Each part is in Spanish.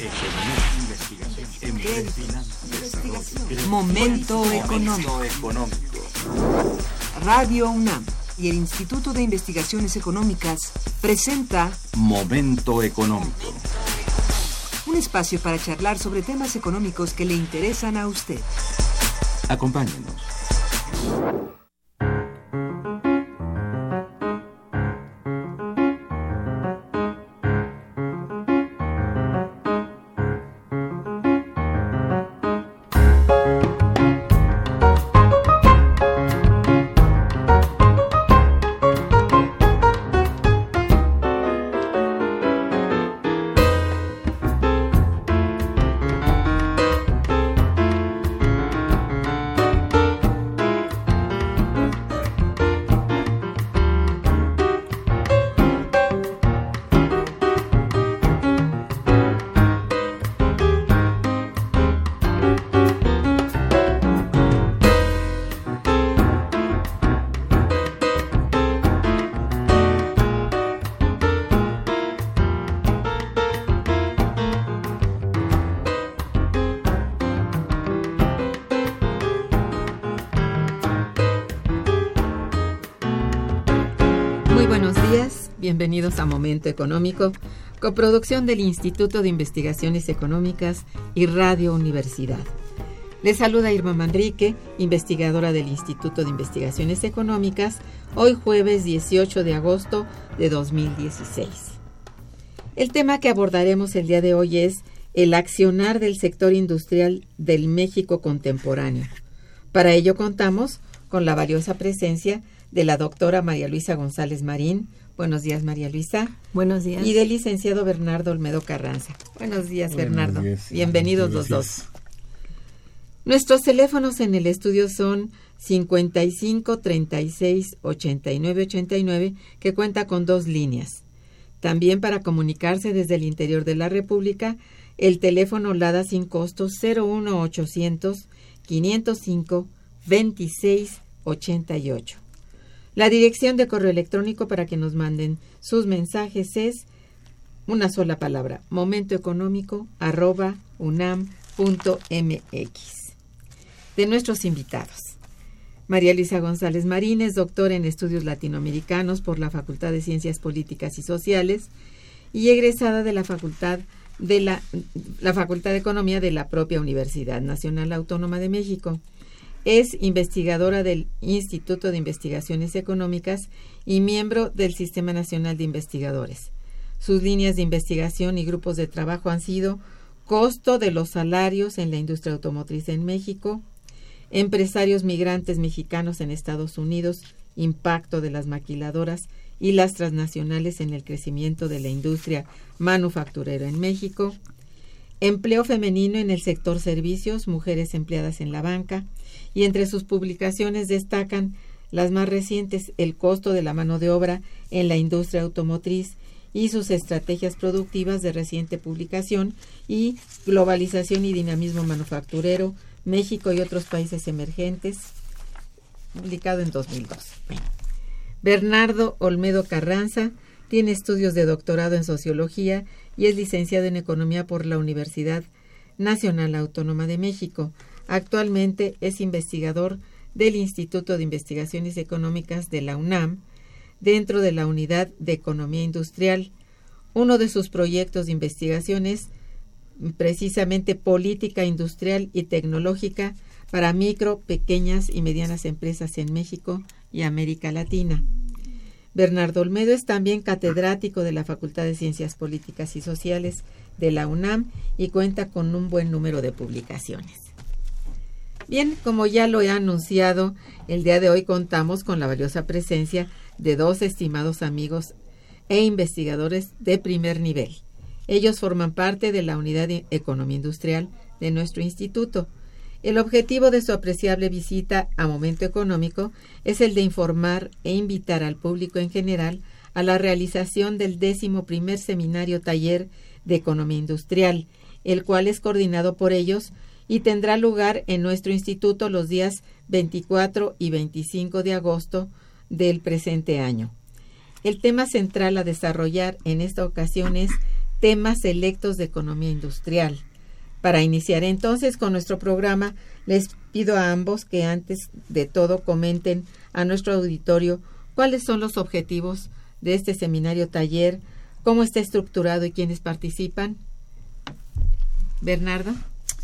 Momento económico. Radio UNAM y el Instituto de Investigaciones Económicas presenta Momento económico. Un espacio para charlar sobre temas económicos que le interesan a usted. Acompáñenos. Bienvenidos a Momento Económico, coproducción del Instituto de Investigaciones Económicas y Radio Universidad. Les saluda Irma Manrique, investigadora del Instituto de Investigaciones Económicas, hoy jueves 18 de agosto de 2016. El tema que abordaremos el día de hoy es el accionar del sector industrial del México contemporáneo. Para ello contamos con la valiosa presencia de la doctora María Luisa González Marín. Buenos días, María Luisa. Buenos días. Y del licenciado Bernardo Olmedo Carranza. Buenos días, Bernardo. Buenos días. Bienvenidos los dos. Nuestros teléfonos en el estudio son 55 36 89 89, que cuenta con 2 líneas. También para comunicarse desde el interior de la República, el teléfono LADA sin costo 01800 505 26 88. La dirección de correo electrónico para que nos manden sus mensajes es una sola palabra: momentoeconómico@unam.mx. De nuestros invitados: María Luisa González Marín es doctora en estudios latinoamericanos por la Facultad de Ciencias Políticas y Sociales y egresada de la Facultad de Economía de la propia Universidad Nacional Autónoma de México. Es investigadora del Instituto de Investigaciones Económicas y miembro del Sistema Nacional de Investigadores. Sus líneas de investigación y grupos de trabajo han sido costo de los salarios en la industria automotriz en México, empresarios migrantes mexicanos en Estados Unidos, impacto de las maquiladoras y las transnacionales en el crecimiento de la industria manufacturera en México, empleo femenino en el sector servicios, mujeres empleadas en la banca, y entre sus publicaciones destacan las más recientes: el costo de la mano de obra en la industria automotriz y sus estrategias productivas, de reciente publicación, y globalización y dinamismo manufacturero, México y otros países emergentes, publicado en 2002. Bernardo Olmedo Carranza tiene estudios de doctorado en sociología y es licenciado en economía por la Universidad Nacional Autónoma de México. Actualmente es investigador del Instituto de Investigaciones Económicas de la UNAM, dentro de la Unidad de Economía Industrial. Uno de sus proyectos de investigación es precisamente política industrial y tecnológica para micro, pequeñas y medianas empresas en México y América Latina. Bernardo Olmedo es también catedrático de la Facultad de Ciencias Políticas y Sociales de la UNAM y cuenta con un buen número de publicaciones. Bien, como ya lo he anunciado, el día de hoy contamos con la valiosa presencia de 2 estimados amigos e investigadores de primer nivel. Ellos forman parte de la Unidad de Economía Industrial de nuestro instituto. El objetivo de su apreciable visita a Momento Económico es el de informar e invitar al público en general a la realización del 11º Seminario Taller de Economía Industrial, el cual es coordinado por ellos y tendrá lugar en nuestro instituto los días 24 y 25 de agosto del presente año. El tema central a desarrollar en esta ocasión es temas selectos de economía industrial. Para iniciar entonces con nuestro programa, les pido a ambos que antes de todo comenten a nuestro auditorio cuáles son los objetivos de este seminario taller, cómo está estructurado y quiénes participan. Bernardo.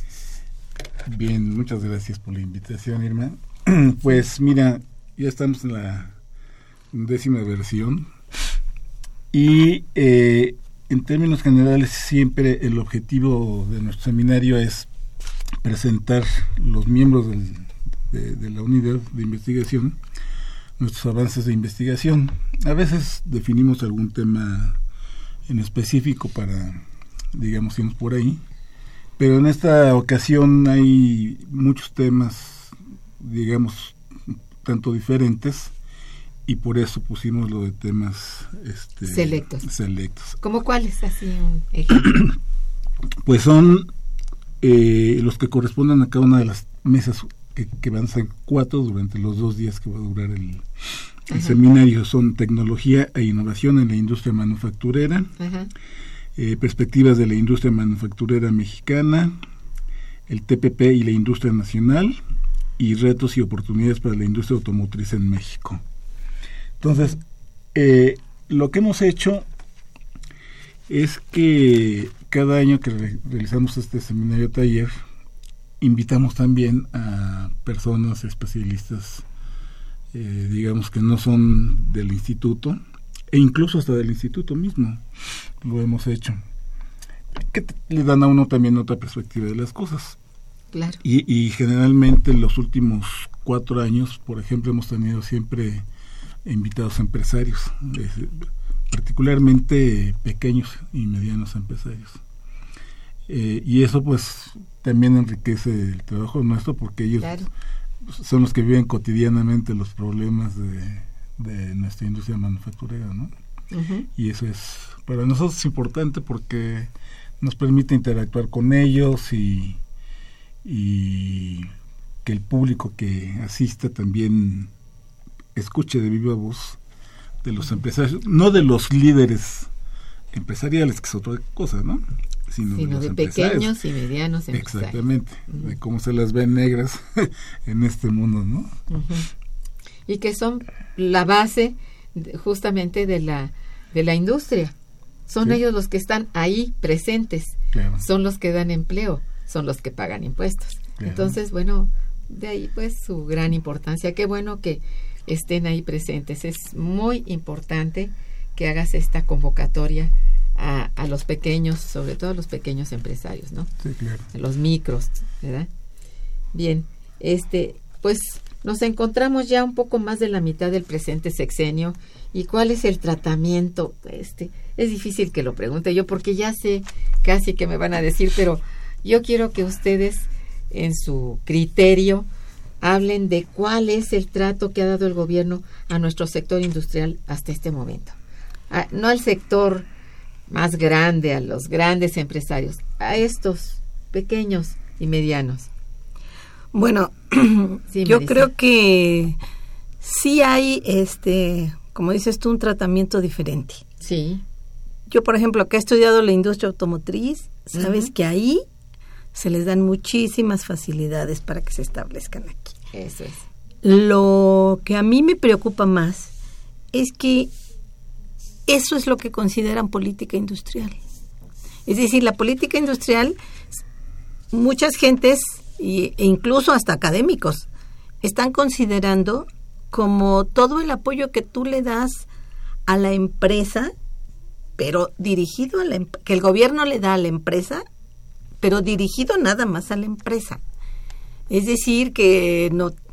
Bien, muchas gracias por la invitación, Irma. Pues mira, ya estamos en la 10ª versión y en términos generales siempre el objetivo de nuestro seminario es presentar los miembros de la unidad de investigación nuestros avances de investigación. A veces definimos algún tema en específico para, digamos, irnos por ahí, pero en esta ocasión hay muchos temas, digamos, tanto diferentes, y por eso pusimos lo de temas selectos. ¿Cómo cuáles? Así un ejemplo. Pues son los que corresponden a cada una de las mesas que van a ser 4 durante los 2 días que va a durar el seminario. Son tecnología e innovación en la industria manufacturera, perspectivas de la industria manufacturera mexicana, el TPP y la industria nacional, y retos y oportunidades para la industria automotriz en México. Entonces, lo que hemos hecho es que cada año que realizamos este seminario taller, invitamos también a personas especialistas, digamos que no son del instituto, e incluso hasta del instituto mismo lo hemos hecho, que le dan a uno también otra perspectiva de las cosas. Claro. Y generalmente en los últimos 4 años, por ejemplo, hemos tenido siempre invitados empresarios, particularmente pequeños y medianos empresarios. Y eso pues también enriquece el trabajo nuestro, porque ellos son los que viven cotidianamente los problemas de nuestra industria manufacturera, ¿no? Y eso es para nosotros importante porque nos permite interactuar con ellos y que el público que asista también escuche de viva voz de los empresarios, no de los líderes empresariales, que es otra cosa, ¿no? Sino de pequeños y medianos empresarios. Exactamente, de cómo se las ven negras en este mundo, ¿no? Y que son la base justamente de la industria. Son ellos los que están ahí presentes, son los que dan empleo, son los que pagan impuestos. Entonces, bueno, de ahí pues su gran importancia. Qué bueno que estén ahí presentes. Es muy importante que hagas esta convocatoria a los pequeños, sobre todo a los pequeños empresarios, ¿no? Sí, claro. A los micros, ¿verdad? Bien, pues nos encontramos ya un poco más de la mitad del presente sexenio. ¿Y cuál es el tratamiento? Es difícil que lo pregunte yo porque ya sé casi que me van a decir, pero yo quiero que ustedes en su criterio hablen de cuál es el trato que ha dado el gobierno a nuestro sector industrial hasta este momento. No al sector más grande, a los grandes empresarios, a estos pequeños y medianos. Bueno, sí, yo creo que sí hay, como dices tú, un tratamiento diferente. Sí. Yo, por ejemplo, que he estudiado la industria automotriz, sabes que ahí se les dan muchísimas facilidades para que se establezcan aquí. Eso es. Lo que a mí me preocupa más es que eso es lo que consideran política industrial. Es decir, la política industrial, muchas gentes, e incluso hasta académicos, están considerando como todo el apoyo que tú le das a la empresa, pero dirigido que el gobierno le da a la empresa, pero dirigido nada más a la empresa. Es decir, que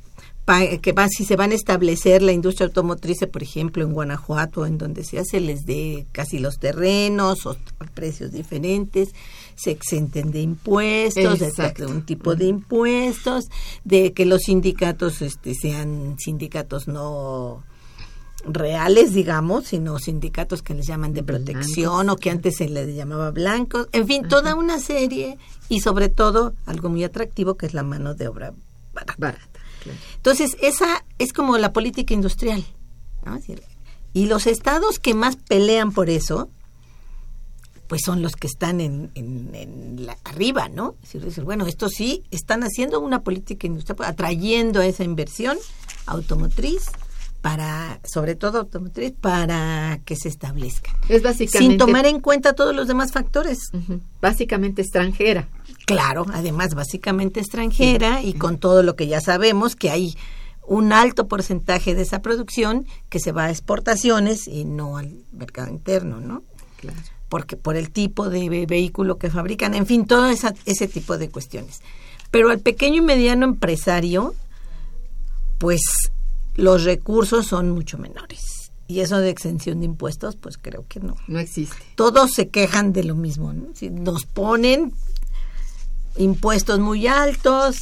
si se van a establecer la industria automotriz, por ejemplo, en Guanajuato, en donde se les dé casi los terrenos o a precios diferentes, se exenten de impuestos, de un tipo de impuestos, de que los sindicatos sean sindicatos no reales, digamos, sino sindicatos que les llaman de protección o que antes se les llamaba blancos, en fin, toda una serie, y sobre todo algo muy atractivo que es la mano de obra barata. Claro. Entonces, esa es como la política industrial, ¿no? Y los estados que más pelean por eso pues son los que están arriba, ¿no? Es decir, bueno, estos sí están haciendo una política industrial, atrayendo a esa inversión automotriz, sobre todo automotriz, para que se establezcan. Es básicamente, sin tomar en cuenta todos los demás factores. Básicamente extranjera. Claro, además básicamente extranjera, y con todo lo que ya sabemos, que hay un alto porcentaje de esa producción que se va a exportaciones y no al mercado interno, ¿no? Claro. Porque por el tipo de vehículo que fabrican, en fin, todo ese tipo de cuestiones. Pero al pequeño y mediano empresario, pues los recursos son mucho menores. Y eso de exención de impuestos, pues creo que no. No existe. Todos se quejan de lo mismo, ¿no? Si nos ponen impuestos muy altos,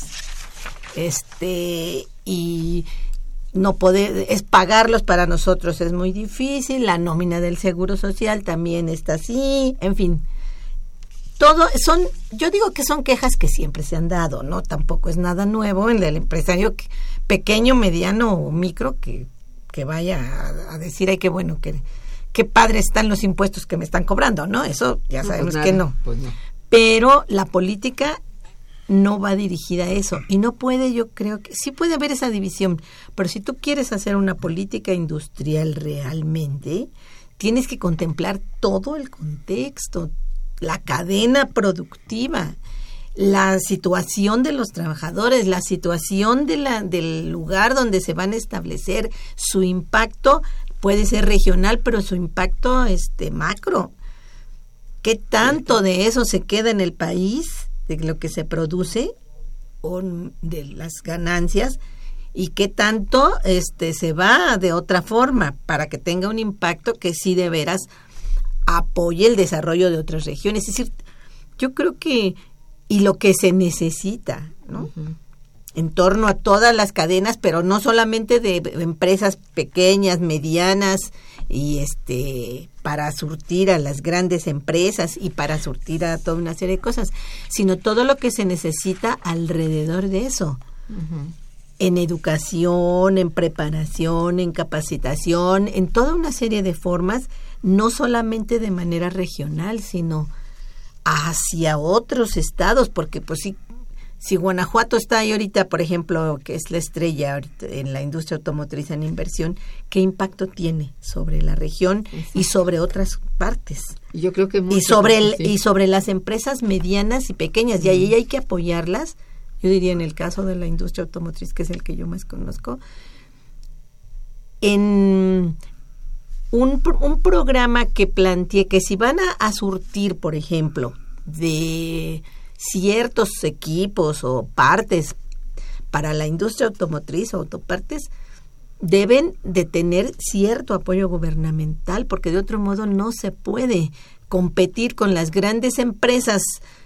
y no pagarlos para nosotros es muy difícil, la nómina del Seguro Social también está así, en fin. Yo digo que son quejas que siempre se han dado, ¿no? Tampoco es nada nuevo en el empresario pequeño, mediano o micro que vaya a decir, ay, qué bueno, qué padre están los impuestos que me están cobrando, ¿no? Eso ya sabemos pues que no. Pues no. Pero la política no va dirigida a eso, y no puede, yo creo que sí puede haber esa división, pero si tú quieres hacer una política industrial realmente, tienes que contemplar todo el contexto, la cadena productiva, la situación de los trabajadores, la situación del lugar donde se van a establecer, su impacto puede ser regional, pero su impacto macro. ¿Qué tanto de eso se queda en el país, de lo que se produce, o de las ganancias, y qué tanto se va de otra forma para que tenga un impacto que sí de veras apoye el desarrollo de otras regiones? Es decir, yo creo que, y lo que se necesita, ¿no? En torno a todas las cadenas, pero no solamente de empresas pequeñas, medianas, y para surtir a las grandes empresas y para surtir a toda una serie de cosas, sino todo lo que se necesita alrededor de eso. En educación, en preparación, en capacitación, en toda una serie de formas, no solamente de manera regional, sino hacia otros estados, porque pues si Guanajuato está ahí ahorita, por ejemplo, que es la estrella ahorita en la industria automotriz en inversión, ¿qué impacto tiene sobre la región? Exacto. Y sobre otras partes? Yo creo que mucho, y sobre las empresas medianas y pequeñas, y ahí hay que apoyarlas. Yo diría, en el caso de la industria automotriz, que es el que yo más conozco, en un programa que plantee que si van a surtir, por ejemplo, de ciertos equipos o partes para la industria automotriz o autopartes, deben de tener cierto apoyo gubernamental, porque de otro modo no se puede competir con las grandes empresas,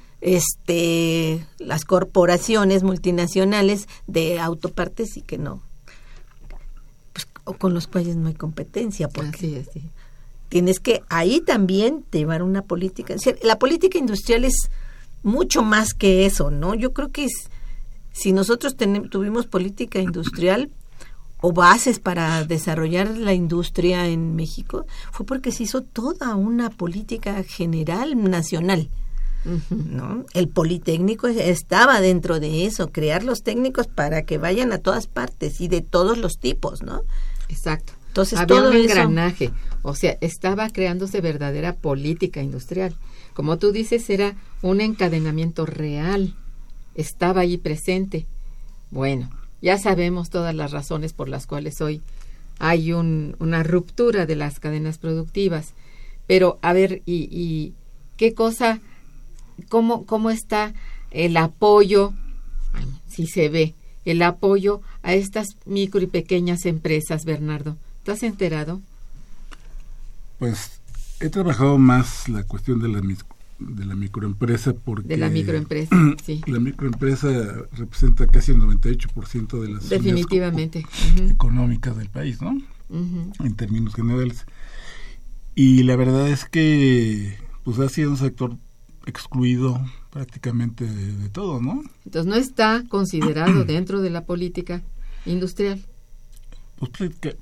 las corporaciones multinacionales de autopartes, y que no, pues, o con los cuales no hay competencia, porque así. Tienes que ahí también llevar una política. La política industrial es mucho más que eso, ¿no? Yo creo que si nosotros tuvimos política industrial o bases para desarrollar la industria en México, fue porque se hizo toda una política general nacional, ¿no? El Politécnico estaba dentro de eso, crear los técnicos para que vayan a todas partes y de todos los tipos, ¿no? Exacto. Entonces, había todo un eso, engranaje, o sea, estaba creándose verdadera política industrial. Como tú dices, era un encadenamiento real, estaba ahí presente. Bueno, ya sabemos todas las razones por las cuales hoy hay una ruptura de las cadenas productivas, pero a ver, y qué cosa, cómo está el apoyo, si se ve, el apoyo a estas micro y pequeñas empresas, Bernardo. ¿Estás enterado? Pues he trabajado más la cuestión de la microempresa, porque... De la microempresa, sí. La microempresa representa casi el 98% de las definitivamente económicas del país, ¿no? En términos generales. Y la verdad es que pues ha sido un sector excluido prácticamente de todo, ¿no? Entonces no está considerado dentro de la política industrial. Pues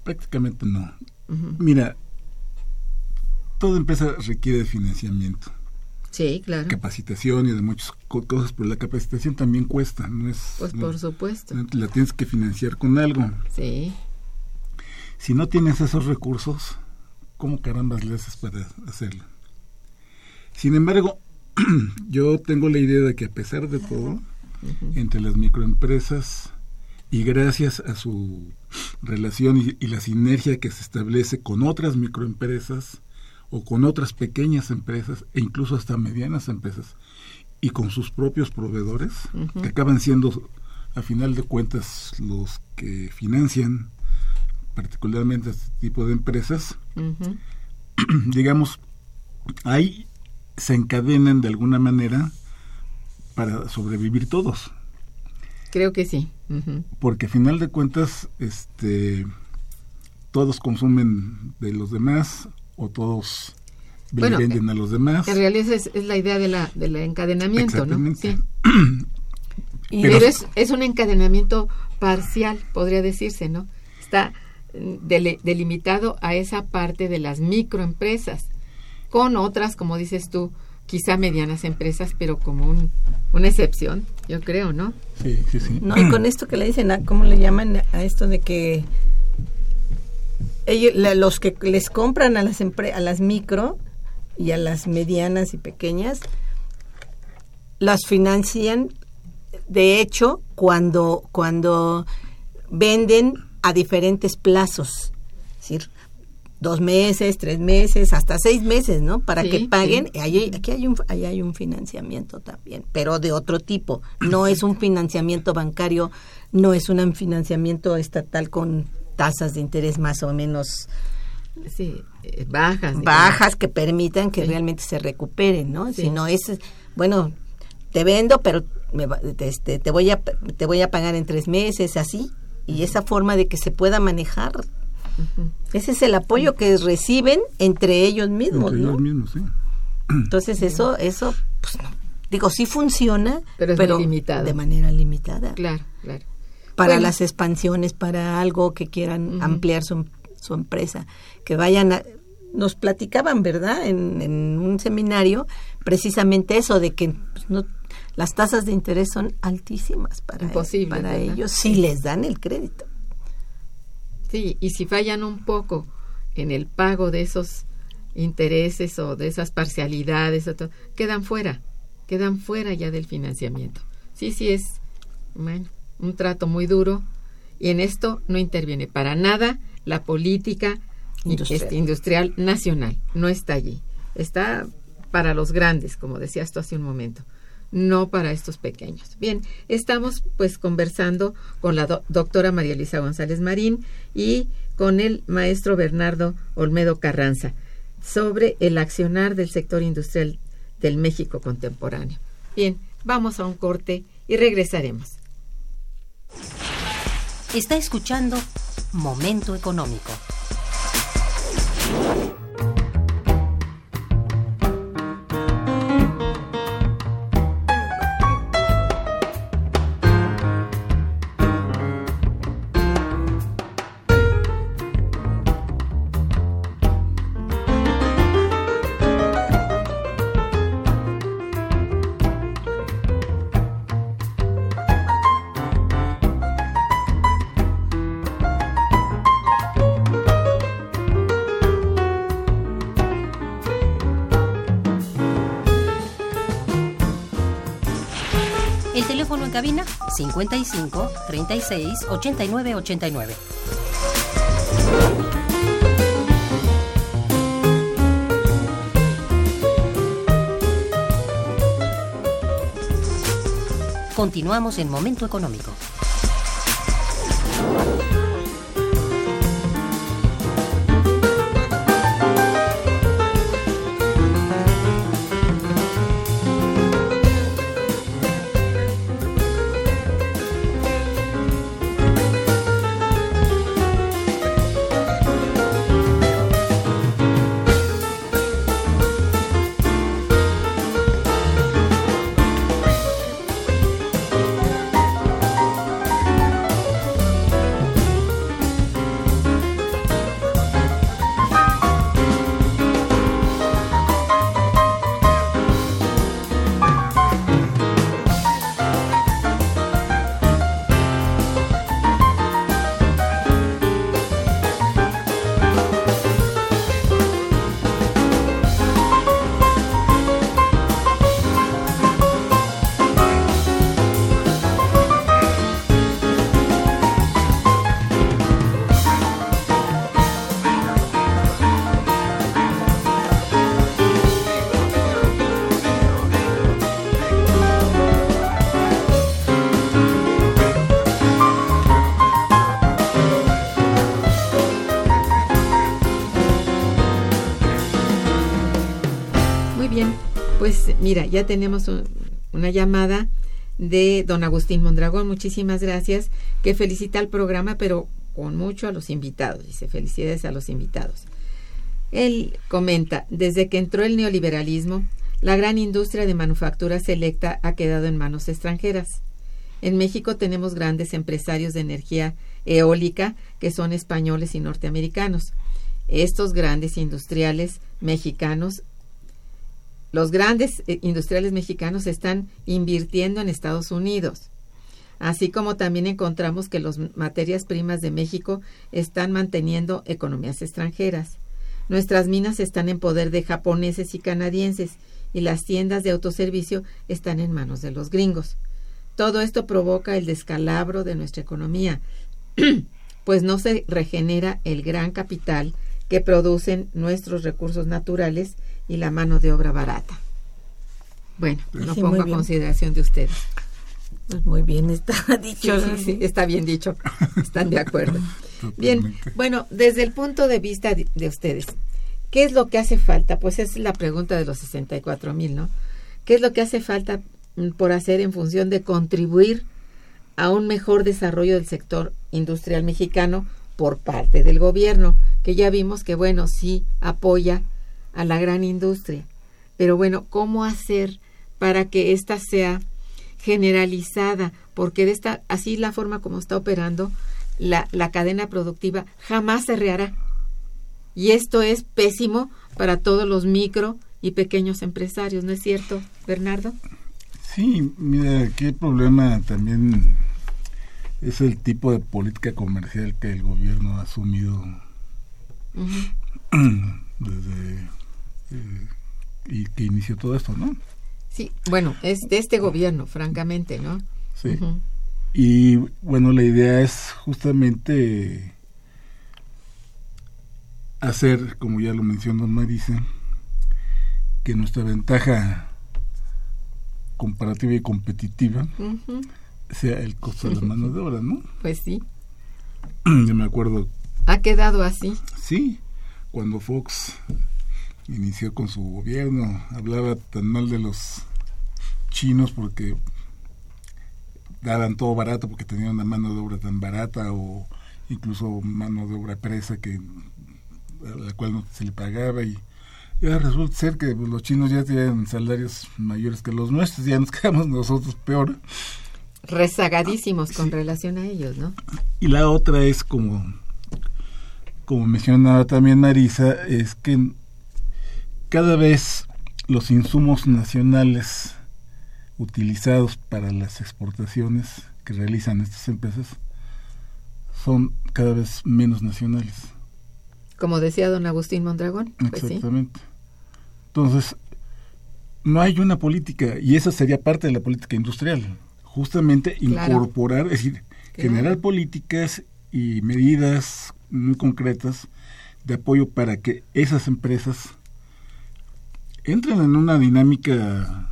prácticamente no. Mira, toda empresa requiere de financiamiento, Sí, claro. capacitación y de muchas cosas, pero la capacitación también cuesta, no es... Pues por supuesto. La tienes que financiar con algo. Sí. Si no tienes esos recursos, ¿cómo carambas le haces para hacerlo? Sin embargo, yo tengo la idea de que a pesar de todo, entre las microempresas y gracias a su relación y la sinergia que se establece con otras microempresas o con otras pequeñas empresas e incluso hasta medianas empresas y con sus propios proveedores, que acaban siendo a final de cuentas los que financian particularmente este tipo de empresas, digamos, ahí se encadenan de alguna manera para sobrevivir todos. Creo que sí. Porque a final de cuentas todos consumen de los demás o todos venden a los demás. En realidad es la idea del encadenamiento, ¿no? Sí. Pero es un encadenamiento parcial, podría decirse, ¿no? Está delimitado a esa parte de las microempresas, con otras, como dices tú, quizá medianas empresas, pero como una excepción, yo creo, ¿no? Sí. No, y con esto que le dicen, ¿cómo le llaman a esto de que ellos, los que les compran a las micro y a las medianas y pequeñas, las financian, de hecho, cuando venden a diferentes plazos, es decir, 2 meses, 3 meses, hasta 6 meses, ¿no? Para que paguen. Sí. Ahí hay un financiamiento también, pero de otro tipo. No es un financiamiento bancario, no es un financiamiento estatal con tasas de interés más o menos bajas que permitan que realmente se recuperen, ¿no? Sí. Si no es, bueno, te vendo, pero te voy a pagar en 3 meses, así, y esa forma de que se pueda manejar. Ese es el apoyo que reciben entre ellos mismos, ¿no? Ellos mismos, sí. Entonces eso pues no, digo, sí funciona, pero de manera limitada. Claro. Para las expansiones, para algo que quieran ampliar su empresa, que vayan nos platicaban, ¿verdad? En un seminario, precisamente eso de que pues, no, las tasas de interés son altísimas para ellos, si les dan el crédito. Sí, y si fallan un poco en el pago de esos intereses o de esas parcialidades, quedan fuera ya del financiamiento. Sí, es un trato muy duro, y en esto no interviene para nada la política industrial nacional, no está allí. Está para los grandes, como decías tú hace un momento, no para estos pequeños. Bien, estamos pues conversando con la doctora María Luisa González Marín y con el maestro Bernardo Olmedo Carranza sobre el accionar del sector industrial del México contemporáneo. Bien, vamos a un corte y regresaremos. Está escuchando Momento Económico. El teléfono en cabina 55 36 89 89. Continuamos en Momento Económico. Mira, ya tenemos una llamada de don Agustín Mondragón. Muchísimas gracias, que felicita al programa, pero con mucho a los invitados. Dice, felicidades a los invitados. Él comenta, desde que entró el neoliberalismo, la gran industria de manufactura selecta ha quedado en manos extranjeras. En México tenemos grandes empresarios de energía eólica que son españoles y norteamericanos. Estos grandes industriales mexicanos, los grandes industriales mexicanos están invirtiendo en Estados Unidos. Así como también encontramos que las materias primas de México están manteniendo economías extranjeras. Nuestras minas están en poder de japoneses y canadienses y las tiendas de autoservicio están en manos de los gringos. Todo esto provoca el descalabro de nuestra economía, pues no se regenera el gran capital que producen nuestros recursos naturales y la mano de obra barata. Bueno, no sí, pongo a consideración de ustedes. Pues muy bien está dicho. Sí, está bien dicho. Están de acuerdo. Bien, bueno, desde el punto de vista de ustedes, ¿qué es lo que hace falta? Pues esa es la pregunta de los 64,000, ¿no? ¿Qué es lo que hace falta por hacer en función de contribuir a un mejor desarrollo del sector industrial mexicano por parte del gobierno? Que ya vimos que, bueno, sí apoya a la gran industria. Pero bueno, ¿cómo hacer para que ésta sea generalizada? Porque así la forma como está operando la cadena productiva jamás se rehará. Y esto es pésimo para todos los micro y pequeños empresarios, ¿no es cierto, Bernardo? Sí, mira, aquí el problema también es el tipo de política comercial que el gobierno ha asumido desde y que inició todo esto, ¿no? Sí, bueno, es de este gobierno, francamente, ¿no? Sí. Y bueno, la idea es justamente hacer, como ya lo mencionó Marisa, que nuestra ventaja comparativa y competitiva sea el costo de la mano de obra, ¿no? Pues sí. Yo me acuerdo. ¿Ha quedado así? Sí, cuando Fox inició con su gobierno, hablaba tan mal de los chinos porque daban todo barato porque tenían una mano de obra tan barata, o incluso mano de obra presa a la cual no se le pagaba, y ya resulta ser que los chinos ya tienen salarios mayores que los nuestros, ya nos quedamos nosotros peor. Rezagadísimos con relación a ellos, ¿no? Y la otra es, como mencionaba también Marisa, es que cada vez los insumos nacionales utilizados para las exportaciones que realizan estas empresas son cada vez menos nacionales. Como decía don Agustín Mondragón. Pues exactamente. Sí. Entonces, no hay una política, y esa sería parte de la política industrial, justamente incorporar, es decir, generar políticas y medidas muy concretas de apoyo para que esas empresas entren en una dinámica.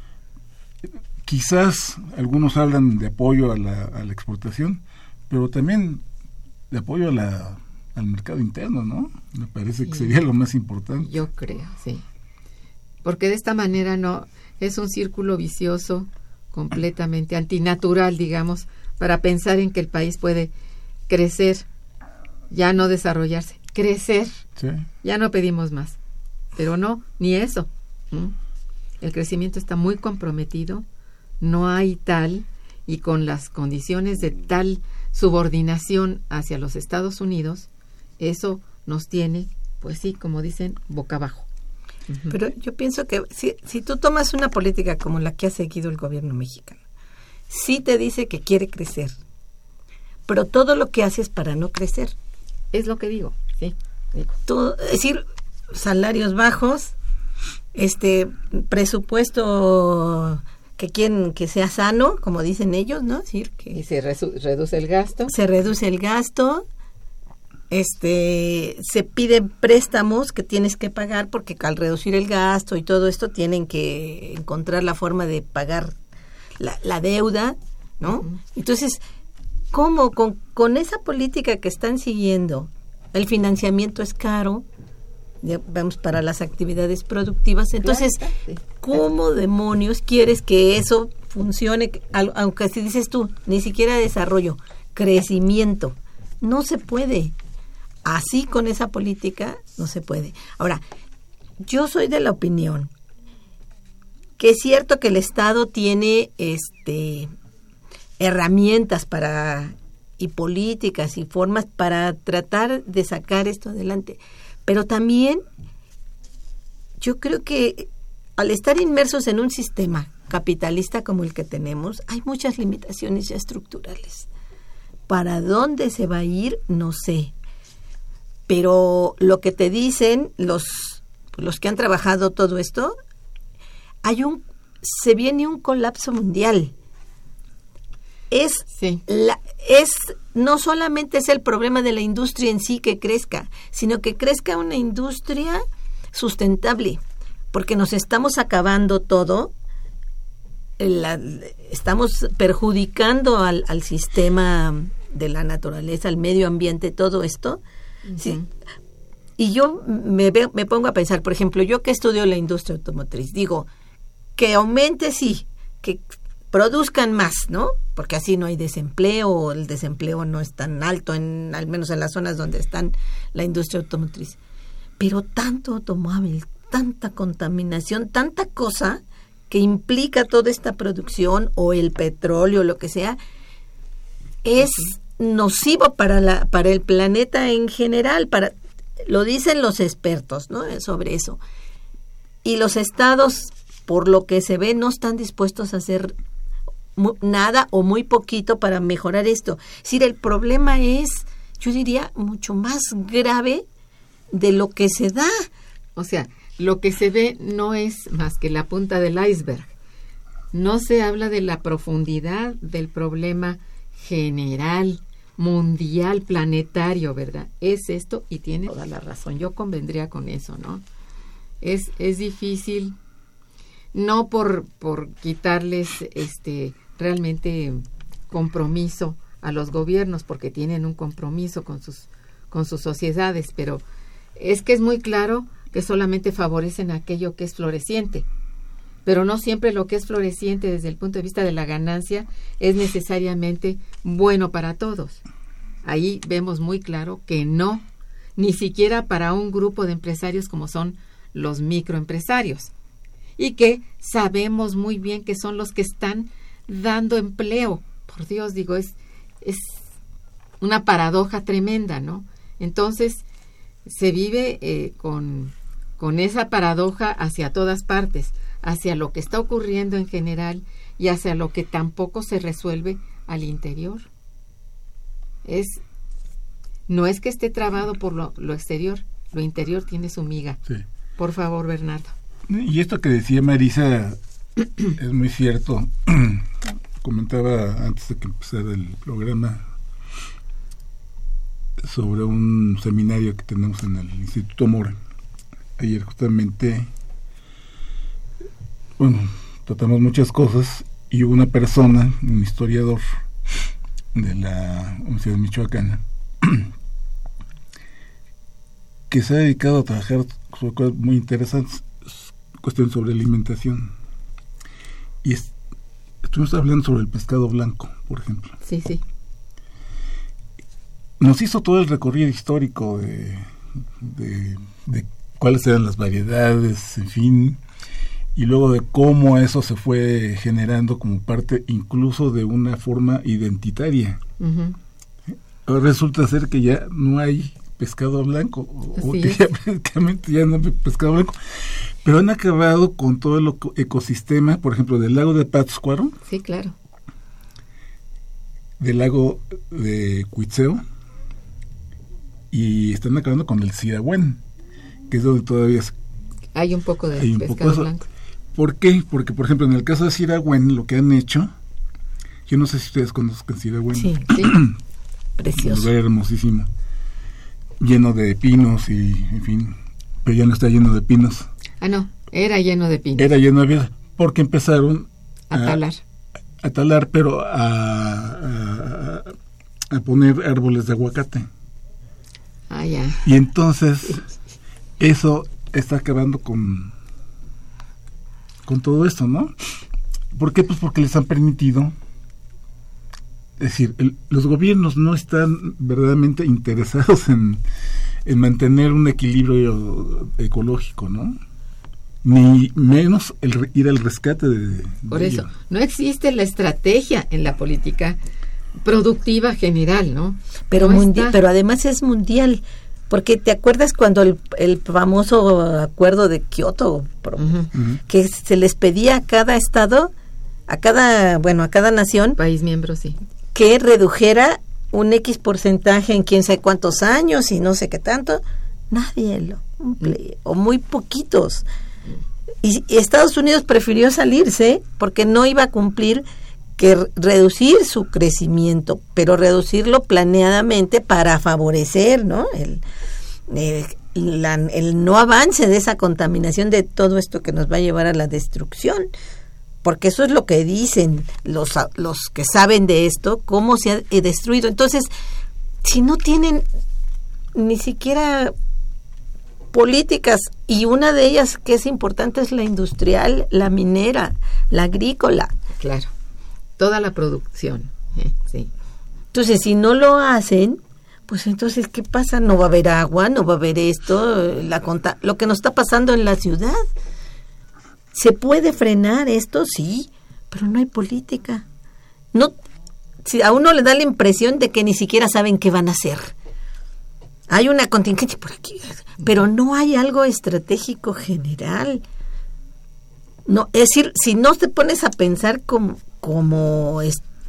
Quizás algunos hablan de apoyo a la exportación, pero también de apoyo al mercado interno, ¿no? Me parece que sería lo más importante. Yo creo, sí. Porque de esta manera no es un círculo vicioso completamente antinatural, digamos, para pensar en que el país puede crecer, ya no desarrollarse, crecer. Sí. Ya no pedimos más, pero no, ni eso. El crecimiento está muy comprometido, no hay tal, y con las condiciones de tal subordinación hacia los Estados Unidos, eso nos tiene, pues sí, como dicen, boca abajo. Pero yo pienso que si tú tomas una política como la que ha seguido el gobierno mexicano, sí te dice que quiere crecer, pero todo lo que hace es para no crecer. Es lo que digo, sí. Es decir, salarios bajos, presupuesto que quieren que sea sano, como dicen ellos, ¿no? Es decir, que y se reduce el gasto. Se reduce el gasto. Se piden préstamos que tienes que pagar porque al reducir el gasto y todo esto tienen que encontrar la forma de pagar la deuda, ¿no? Entonces, ¿cómo con esa política que están siguiendo el financiamiento es caro? vamos para las actividades productivas. Entonces, ¿cómo demonios quieres que eso funcione? Aunque si dices tú, ni siquiera desarrollo, crecimiento, no se puede. Así con esa política no se puede. Ahora, yo soy de la opinión que es cierto que el Estado tiene herramientas y políticas y formas para tratar de sacar esto adelante. Pero también yo creo que al estar inmersos en un sistema capitalista como el que tenemos, hay muchas limitaciones ya estructurales. ¿Para dónde se va a ir? No sé. Pero lo que te dicen los que han trabajado todo esto, se viene un colapso mundial. No solamente es el problema de la industria en sí que crezca, sino que crezca una industria sustentable, porque nos estamos acabando todo, estamos perjudicando al sistema de la naturaleza, al medio ambiente, todo esto. Uh-huh. Sí. Y yo me pongo a pensar, por ejemplo, yo que estudio la industria automotriz, digo, que aumente, sí, que produzcan más, ¿no? Porque así no hay desempleo, o el desempleo no es tan alto, al menos en las zonas donde están la industria automotriz. Pero tanto automóvil, tanta contaminación, tanta cosa que implica toda esta producción, o el petróleo, lo que sea, es nocivo para el planeta en general, lo dicen los expertos, ¿no? Sobre eso. Y los estados, por lo que se ve, no están dispuestos a hacer nada o muy poquito para mejorar esto. Es decir, el problema es, yo diría, mucho más grave de lo que se da. O sea, lo que se ve no es más que la punta del iceberg. No se habla de la profundidad del problema general, mundial, planetario, ¿verdad? Es esto, y tiene toda la razón. Yo convendría con eso, ¿no? Es difícil, no por quitarles realmente compromiso a los gobiernos, porque tienen un compromiso con sus sociedades, pero es que es muy claro que solamente favorecen aquello que es floreciente, pero no siempre lo que es floreciente desde el punto de vista de la ganancia es necesariamente bueno para todos. Ahí vemos muy claro que no, ni siquiera para un grupo de empresarios como son los microempresarios, y que sabemos muy bien que son los que están dando empleo. Por Dios, digo, es una paradoja tremenda, ¿no? Entonces, se vive con esa paradoja hacia todas partes, hacia lo que está ocurriendo en general y hacia lo que tampoco se resuelve al interior. No es que esté trabado por lo exterior, lo interior tiene su miga. Sí. Por favor, Bernardo. Y esto que decía Marisa es muy cierto. Comentaba antes de que empezara el programa sobre un seminario que tenemos en el Instituto Mora. Ayer justamente, tratamos muchas cosas y hubo una persona, un historiador de la Universidad Michoacana, que se ha dedicado a trabajar sobre cosas muy interesantes, cuestiones sobre alimentación. Y estuvimos hablando sobre el pescado blanco, por ejemplo. Sí, sí. Nos hizo todo el recorrido histórico de cuáles eran las variedades, en fin, y luego de cómo eso se fue generando como parte incluso de una forma identitaria. Uh-huh. Ahora resulta ser que ya no hay pescado blanco, o que ya prácticamente ya no hay pescado blanco, pero han acabado con todo el ecosistema, por ejemplo, del lago de Pátzcuaro. Sí, claro. Del lago de Cuitzeo, y están acabando con el Sirahuén, que es donde todavía hay un poco de pescado blanco. ¿Por qué? Porque, por ejemplo, en el caso de Sirahuén, lo que han hecho, yo no sé si ustedes conozcan Sirahuén. Sí, sí. Precioso. Un lugar hermosísimo, lleno de pinos y, en fin, pero ya no está lleno de pinos. Ah, no, era lleno de pinos. Era lleno de pinos, porque empezaron a talar, pero a poner árboles de aguacate. Ah, ya. Y entonces eso está acabando con todo esto, ¿no? ¿Por qué? Pues porque les han permitido, es decir, los gobiernos no están verdaderamente interesados en mantener un equilibrio ecológico, ¿no? Ni menos ir al rescate de Por eso, ello. no existe la estrategia en la política productiva general, ¿no? Pero, No está. pero además es mundial, porque ¿te acuerdas cuando el famoso acuerdo de Kioto, que se les pedía a cada estado, a cada nación, País miembro, sí. que redujera un X porcentaje en quién sabe cuántos años y no sé qué tanto? Nadie lo cumple, o muy poquitos. Y Estados Unidos prefirió salirse porque no iba a cumplir, que reducir su crecimiento, pero reducirlo planeadamente para favorecer, ¿no? El no avance de esa contaminación, de todo esto que nos va a llevar a la destrucción, porque eso es lo que dicen los que saben de esto, cómo se ha destruido. Entonces, si no tienen ni siquiera políticas, y una de ellas que es importante es la industrial, la minera, la agrícola. Claro, toda la producción, sí. Entonces, si no lo hacen, pues entonces, ¿qué pasa? No va a haber agua, no va a haber esto, lo que nos está pasando en la ciudad. ¿Se puede frenar esto? Sí, pero no hay política. No, si a uno le da la impresión de que ni siquiera saben qué van a hacer. Hay una contingencia por aquí, pero no hay algo estratégico general. No, es decir, si no te pones a pensar como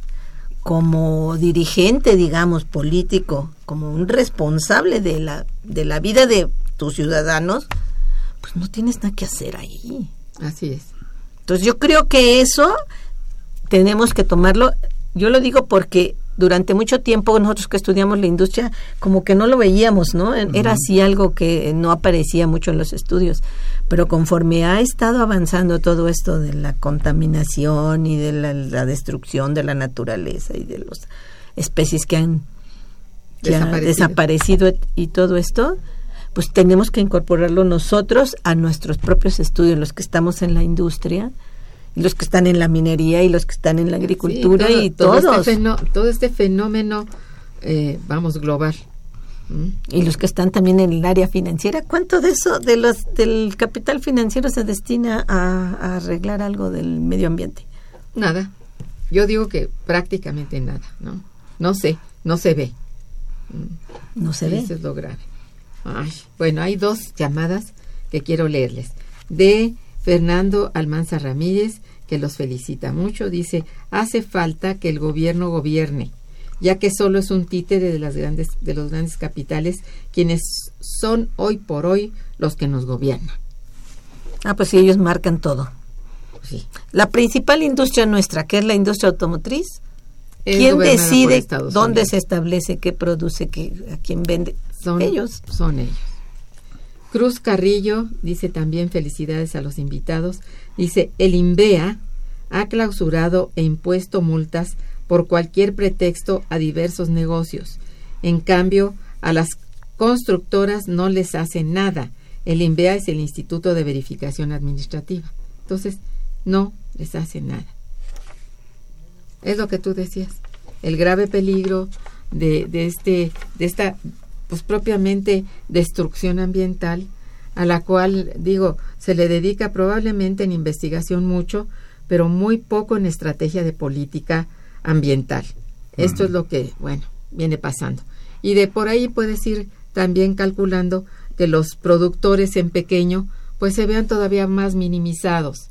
dirigente, digamos, político, como un responsable de la vida de tus ciudadanos, pues no tienes nada que hacer ahí. Así es. Entonces yo creo que eso tenemos que tomarlo. Yo lo digo porque durante mucho tiempo nosotros que estudiamos la industria como que no lo veíamos, ¿no? Era así algo que no aparecía mucho en los estudios, pero conforme ha estado avanzando todo esto de la contaminación y de la destrucción de la naturaleza y de las especies que han desaparecido y todo esto, pues tenemos que incorporarlo nosotros a nuestros propios estudios, los que estamos en la industria, y los que están en la minería y los que están en la agricultura, sí, y todos. Todo este fenómeno, global. Y los que están también en el área financiera. ¿Cuánto de eso, del capital financiero se destina a arreglar algo del medio ambiente? Nada. Yo digo que prácticamente nada, ¿no? No se ve. No se ve. Eso es lo grave. Ay, bueno, hay 2 llamadas que quiero leerles. De Fernando Almanza Ramírez, que los felicita mucho, dice: hace falta que el gobierno gobierne, ya que solo es un títere de los grandes capitales, quienes son hoy por hoy los que nos gobiernan. Pues sí, ellos marcan todo. Sí. La principal industria nuestra, que es la industria automotriz, ¿quién decide dónde se establece, qué produce, a quién vende? Ellos. Son ellos. Cruz Carrillo dice también: felicidades a los invitados. Dice: el INVEA ha clausurado e impuesto multas por cualquier pretexto a diversos negocios. En cambio, a las constructoras no les hace nada. El INVEA es el Instituto de Verificación Administrativa. Entonces, no les hace nada. Es lo que tú decías. El grave peligro de esta pues propiamente destrucción ambiental, a la cual, digo, se le dedica probablemente en investigación mucho, pero muy poco en estrategia de política ambiental. Esto es lo que, viene pasando. Y de por ahí puedes ir también calculando que los productores en pequeño, pues se vean todavía más minimizados.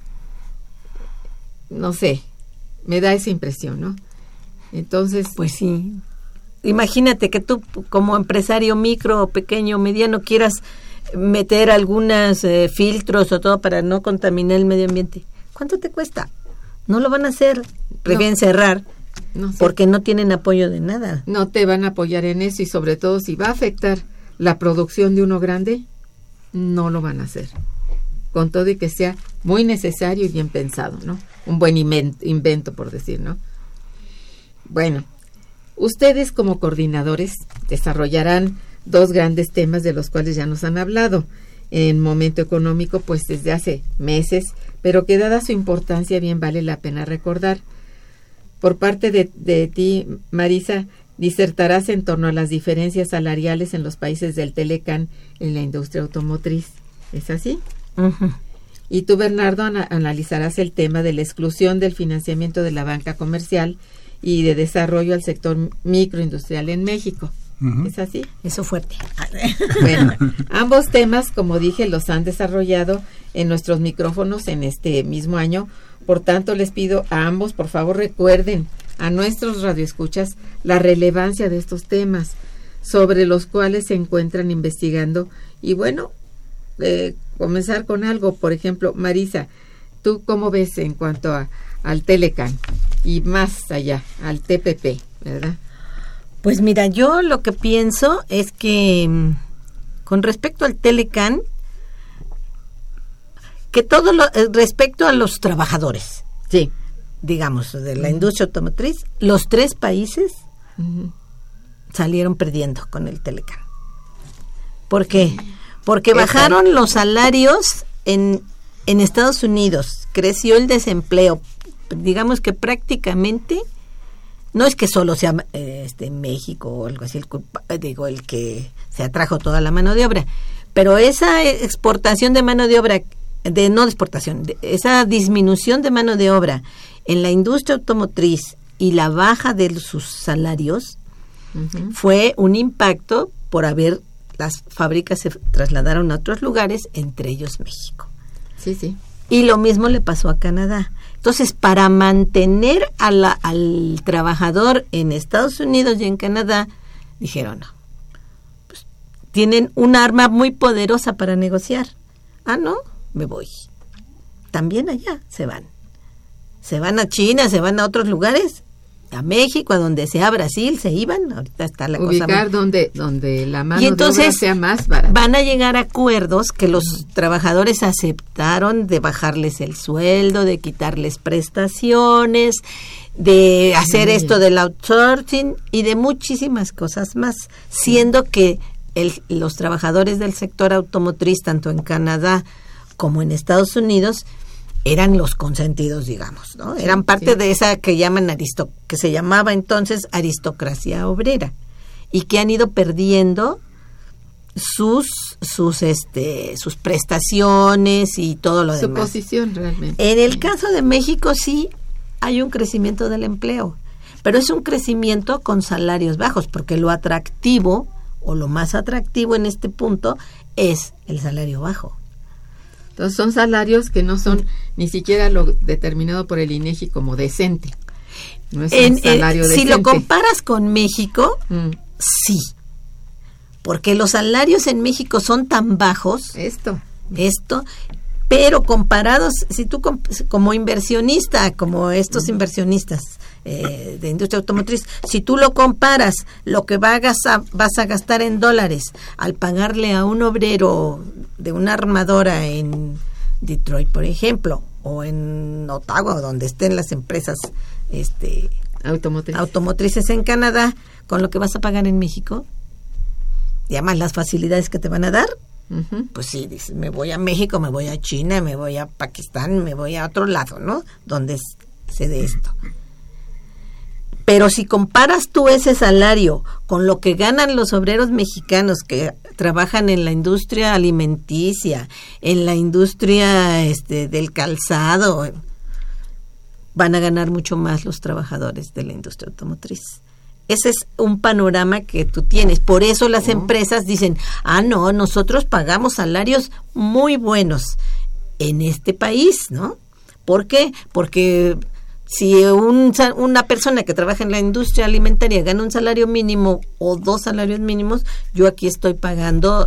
No sé, me da esa impresión, ¿no? Entonces, pues sí. Imagínate que tú como empresario micro, pequeño, mediano quieras meter algunos filtros o todo para no contaminar el medio ambiente. ¿Cuánto te cuesta? No lo van a hacer. Prefieren cerrar porque no tienen apoyo de nada. No te van a apoyar en eso, y sobre todo si va a afectar la producción de uno grande, no lo van a hacer. Con todo y que sea muy necesario y bien pensado, ¿no? Un buen invento, por decir, ¿no? Bueno, ustedes como coordinadores desarrollarán dos grandes temas de los cuales ya nos han hablado en Momento Económico, pues desde hace meses, pero que dada su importancia bien vale la pena recordar. Por parte de ti, Marisa, disertarás en torno a las diferencias salariales en los países del Telecán en la industria automotriz. ¿Es así? Uh-huh. Y tú, Bernardo, analizarás el tema de la exclusión del financiamiento de la banca comercial y de desarrollo al sector microindustrial en México. Uh-huh. ¿Es así? Eso fuerte. Bueno, ambos temas, como dije, los han desarrollado en nuestros micrófonos en este mismo año. Por tanto, les pido a ambos, por favor, recuerden a nuestros radioescuchas la relevancia de estos temas sobre los cuales se encuentran investigando. Y bueno, comenzar con algo. Por ejemplo, Marisa, ¿tú cómo ves en cuanto al Telecán y más allá, al TPP, verdad? Pues mira, yo lo que pienso es que con respecto al Telecán, que todo respecto a los trabajadores, sí, digamos, de la industria automotriz, los tres países salieron perdiendo con el Telecán. ¿Por qué? Porque bajaron los salarios en Estados Unidos, creció el desempleo, digamos que prácticamente, no es que solo sea México o algo así, el que se atrajo toda la mano de obra, pero esa exportación de mano de obra, esa disminución de mano de obra en la industria automotriz y la baja de sus salarios fue un impacto por haber, las fábricas se trasladaron a otros lugares, entre ellos México. Sí, sí. Y lo mismo le pasó a Canadá. Entonces, para mantener al trabajador en Estados Unidos y en Canadá, dijeron, no, pues, tienen un arma muy poderosa para negociar. Ah, no, me voy. También allá se van. Se van a China, se van a otros lugares, a México, a donde sea Brasil, se iban. Ahorita está la ubicar cosa donde la mano y entonces, de obra sea más barata. Van a llegar a acuerdos que los trabajadores aceptaron de bajarles el sueldo, de quitarles prestaciones, de hacer esto del outsourcing y de muchísimas cosas más, siendo que los trabajadores del sector automotriz, tanto en Canadá como en Estados Unidos, eran los consentidos, digamos, ¿no? Sí, eran parte de esa que llaman que se llamaba entonces aristocracia obrera, y que han ido perdiendo sus prestaciones y todo lo demás. Su posición realmente. En el caso de México sí hay un crecimiento del empleo, pero es un crecimiento con salarios bajos, porque lo atractivo o lo más atractivo en este punto es el salario bajo. Entonces son salarios que no son ni siquiera lo determinado por el INEGI como decente. No es un salario decente. Si lo comparas con México, sí. Porque los salarios en México son tan bajos. Esto. Pero comparados, si tú como inversionista, como estos inversionistas de industria automotriz, si tú lo comparas, lo que vas a gastar en dólares al pagarle a un obrero de una armadora en Detroit, por ejemplo, o en Ottawa, donde estén las empresas automotrices en Canadá, con lo que vas a pagar en México, y además las facilidades que te van a dar, pues sí, dices, me voy a México, me voy a China, me voy a Pakistán, me voy a otro lado, ¿no? Donde se dé esto. Pero si comparas tú ese salario con lo que ganan los obreros mexicanos que trabajan en la industria alimenticia, en la industria del calzado, van a ganar mucho más los trabajadores de la industria automotriz. Ese es un panorama que tú tienes. Por eso las empresas dicen, no, nosotros pagamos salarios muy buenos en este país, ¿no? ¿Por qué? Porque si una persona que trabaja en la industria alimentaria gana un salario mínimo o 2 salarios mínimos, yo aquí estoy pagando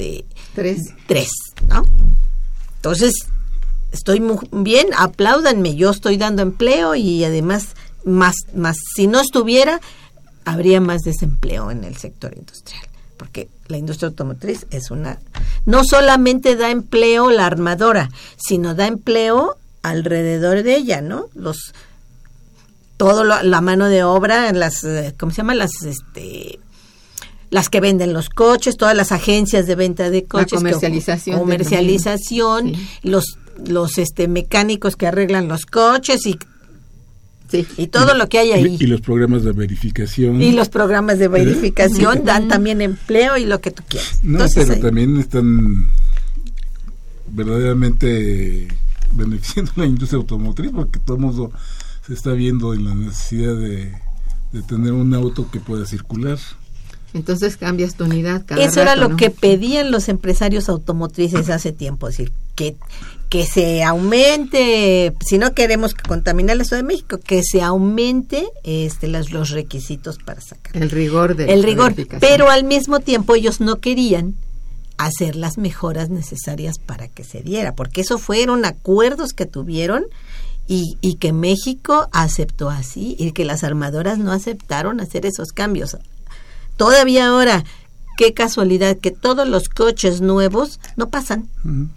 3, ¿no? Entonces, estoy muy bien, apláudanme, yo estoy dando empleo y además más si no estuviera, habría más desempleo en el sector industrial, porque la industria automotriz no solamente da empleo la armadora, sino da empleo alrededor de ella, ¿no? La mano de obra, ¿cómo se llama? las que venden los coches, todas las agencias de venta de coches, la comercialización, sí. los mecánicos que arreglan los coches y todo lo que hay ahí. Y los programas de verificación. Y los programas de verificación dan también empleo y lo que tú quieras. No, entonces, pero también están verdaderamente beneficiando a la industria automotriz, porque todo el mundo se está viendo en la necesidad de tener un auto que pueda circular. Entonces cambias tu unidad cada Eso rato, era lo ¿no? que pedían los empresarios automotrices hace tiempo, es decir, que se aumente, si no queremos contaminar la Ciudad de México, que se aumente los requisitos para sacar. El rigor, pero al mismo tiempo ellos no querían hacer las mejoras necesarias para que se diera, porque eso fueron acuerdos que tuvieron y que México aceptó así, y que las armadoras no aceptaron hacer esos cambios. Todavía ahora, qué casualidad que todos los coches nuevos no pasan.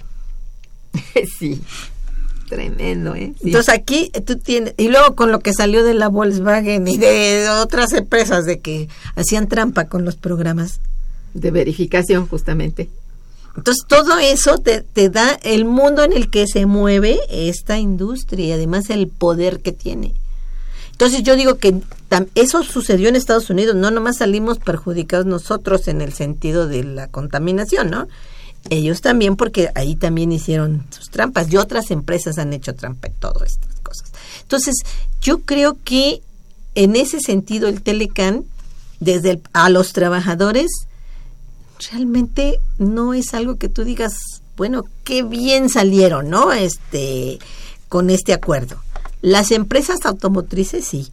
Sí, tremendo, ¿eh? Sí. Entonces aquí tú tienes, y luego con lo que salió de la Volkswagen y de otras empresas de que hacían trampa con los programas de verificación, justamente. Entonces todo eso te da el mundo en el que se mueve esta industria y además el poder que tiene. Entonces yo digo que eso sucedió en Estados Unidos, no nomás salimos perjudicados nosotros en el sentido de la contaminación, ¿no? Ellos también, porque ahí también hicieron sus trampas y otras empresas han hecho trampa en todas estas cosas. Entonces yo creo que en ese sentido el Telecán, desde a los trabajadores, realmente no es algo que tú digas, bueno, qué bien salieron, ¿no? Con este acuerdo. Las empresas automotrices sí,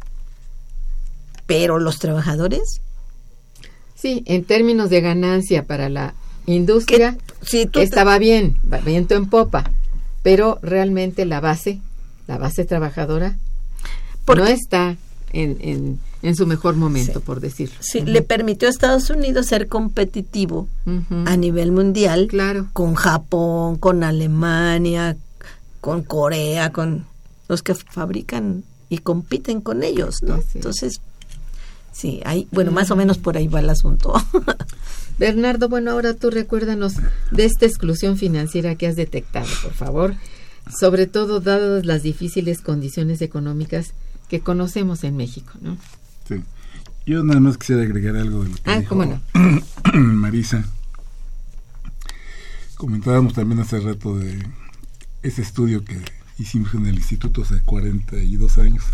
pero los trabajadores. Sí, en términos de ganancia para la industria, sí, estaba bien, viento en popa, pero realmente la base trabajadora no está en su mejor momento, por decirlo. Sí, le permitió a Estados Unidos ser competitivo a nivel mundial, claro, con Japón, con Alemania, con Corea, con los que fabrican y compiten con ellos, ¿no? Sí. Entonces, sí, más o menos por ahí va el asunto. Bernardo, bueno, ahora tú recuérdanos de esta exclusión financiera que has detectado, por favor, sobre todo dadas las difíciles condiciones económicas que conocemos en México, ¿no? Sí. Yo nada más quisiera agregar algo de lo que dijo ¿cómo no? Marisa. Comentábamos también hace rato de ese estudio que hicimos en el instituto hace 42 años,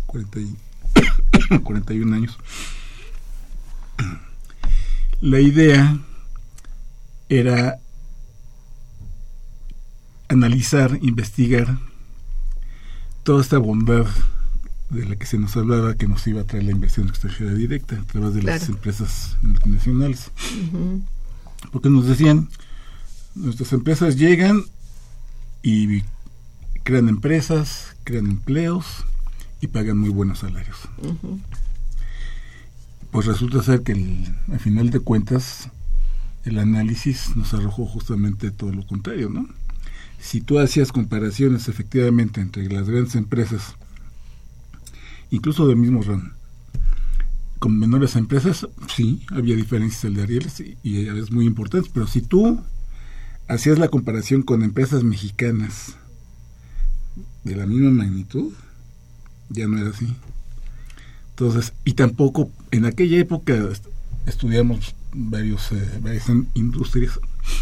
41 años. La idea era analizar, investigar toda esta bondad de la que se nos hablaba, que nos iba a traer la inversión extranjera directa a través de las empresas multinacionales. Porque nos decían, nuestras empresas llegan y crean empresas, crean empleos y pagan muy buenos salarios. Pues resulta ser que al final de cuentas el análisis nos arrojó justamente todo lo contrario, ¿no? Si tú hacías comparaciones efectivamente entre las grandes empresas, incluso del mismo ramo, con menores empresas, sí, había diferencias salariales y es muy importante, pero si tú hacías la comparación con empresas mexicanas de la misma magnitud, ya no era así. Entonces, y tampoco en aquella época estudiamos varias industrias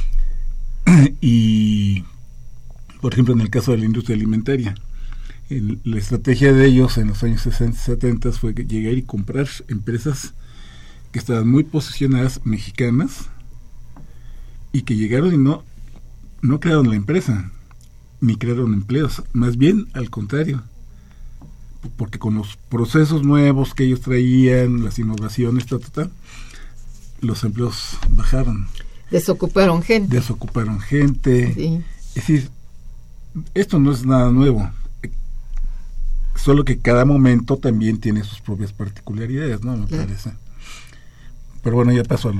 y por ejemplo en el caso de la industria alimentaria, la estrategia de ellos en los años 60 y 70 fue llegar y comprar empresas que estaban muy posicionadas, mexicanas, y que llegaron y no crearon la empresa ni crearon empleos, más bien al contrario, porque con los procesos nuevos que ellos traían, las innovaciones, los empleos bajaron. Desocuparon gente. Sí. Es decir, esto no es nada nuevo, solo que cada momento también tiene sus propias particularidades, ¿no? Me parece. Pero bueno, ya paso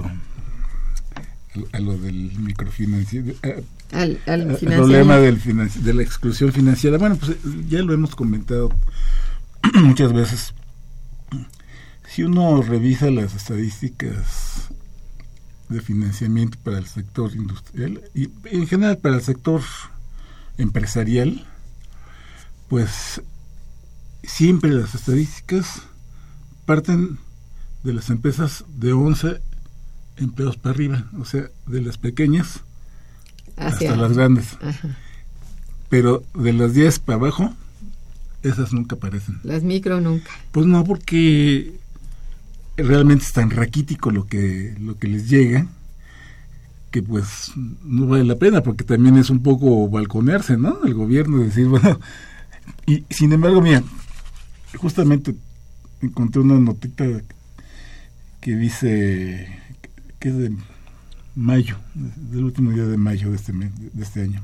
a lo del microfinanciamiento, al problema de la exclusión financiera. Bueno, pues ya lo hemos comentado muchas veces. si uno revisa las estadísticas de financiamiento para el sector industrial y en general para el sector empresarial, pues siempre las estadísticas parten de las empresas de 11 empleados para arriba, o sea, de las pequeñas hasta las grandes. Ajá. Pero de las 10 para abajo, esas nunca aparecen. Las micro nunca. Pues no, porque realmente es tan raquítico lo que les llega, que pues no vale la pena, porque también es un poco balconearse, ¿no? El gobierno, decir, bueno, y sin embargo, mira, justamente encontré una notita que dice que es de mayo, del último día de mayo de este año,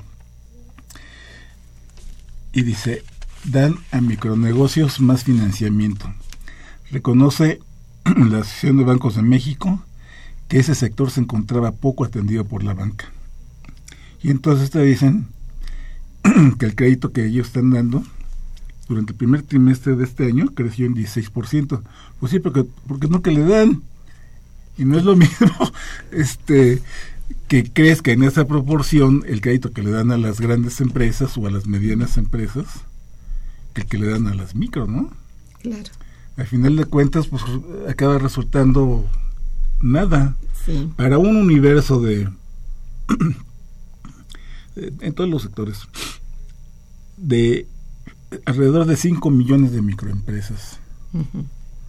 y dice: dan a micronegocios más financiamiento. Reconoce la Asociación de Bancos de México que ese sector se encontraba poco atendido por la banca. Y entonces te dicen que el crédito que ellos están dando durante el primer trimestre de este año creció en 16%. Pues sí, porque no que le dan. Y no es lo mismo que crezca en esa proporción el crédito que le dan a las grandes empresas o a las medianas empresas que el que le dan a las micro, ¿no? Claro. Al final de cuentas, pues acaba resultando nada. Sí. Para un universo de en todos los sectores de alrededor de 5 millones de microempresas, Uh-huh.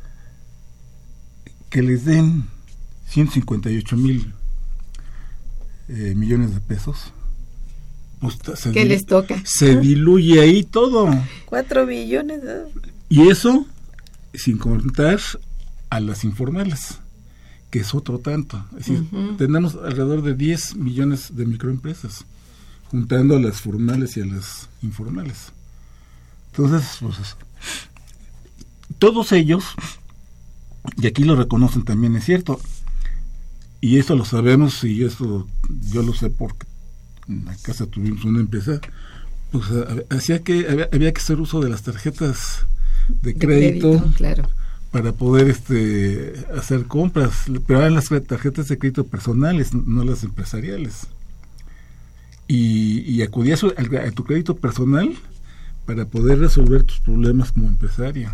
que les den 158 mil millones de pesos, pues ¿qué les toca? Se diluye ahí todo. 4 billones. Y eso sin contar a las informales, que es otro tanto. Es decir, Uh-huh. tenemos alrededor de 10 millones de microempresas, juntando a las formales y a las informales. Entonces, pues, todos ellos, y aquí lo reconocen también, es cierto, y esto lo sabemos, y esto yo lo sé porque en la casa tuvimos una empresa, pues había que hacer uso de las tarjetas de crédito, claro, para poder hacer compras, pero eran las tarjetas de crédito personales, no las empresariales. Y acudías a tu crédito personal para poder resolver tus problemas como empresario.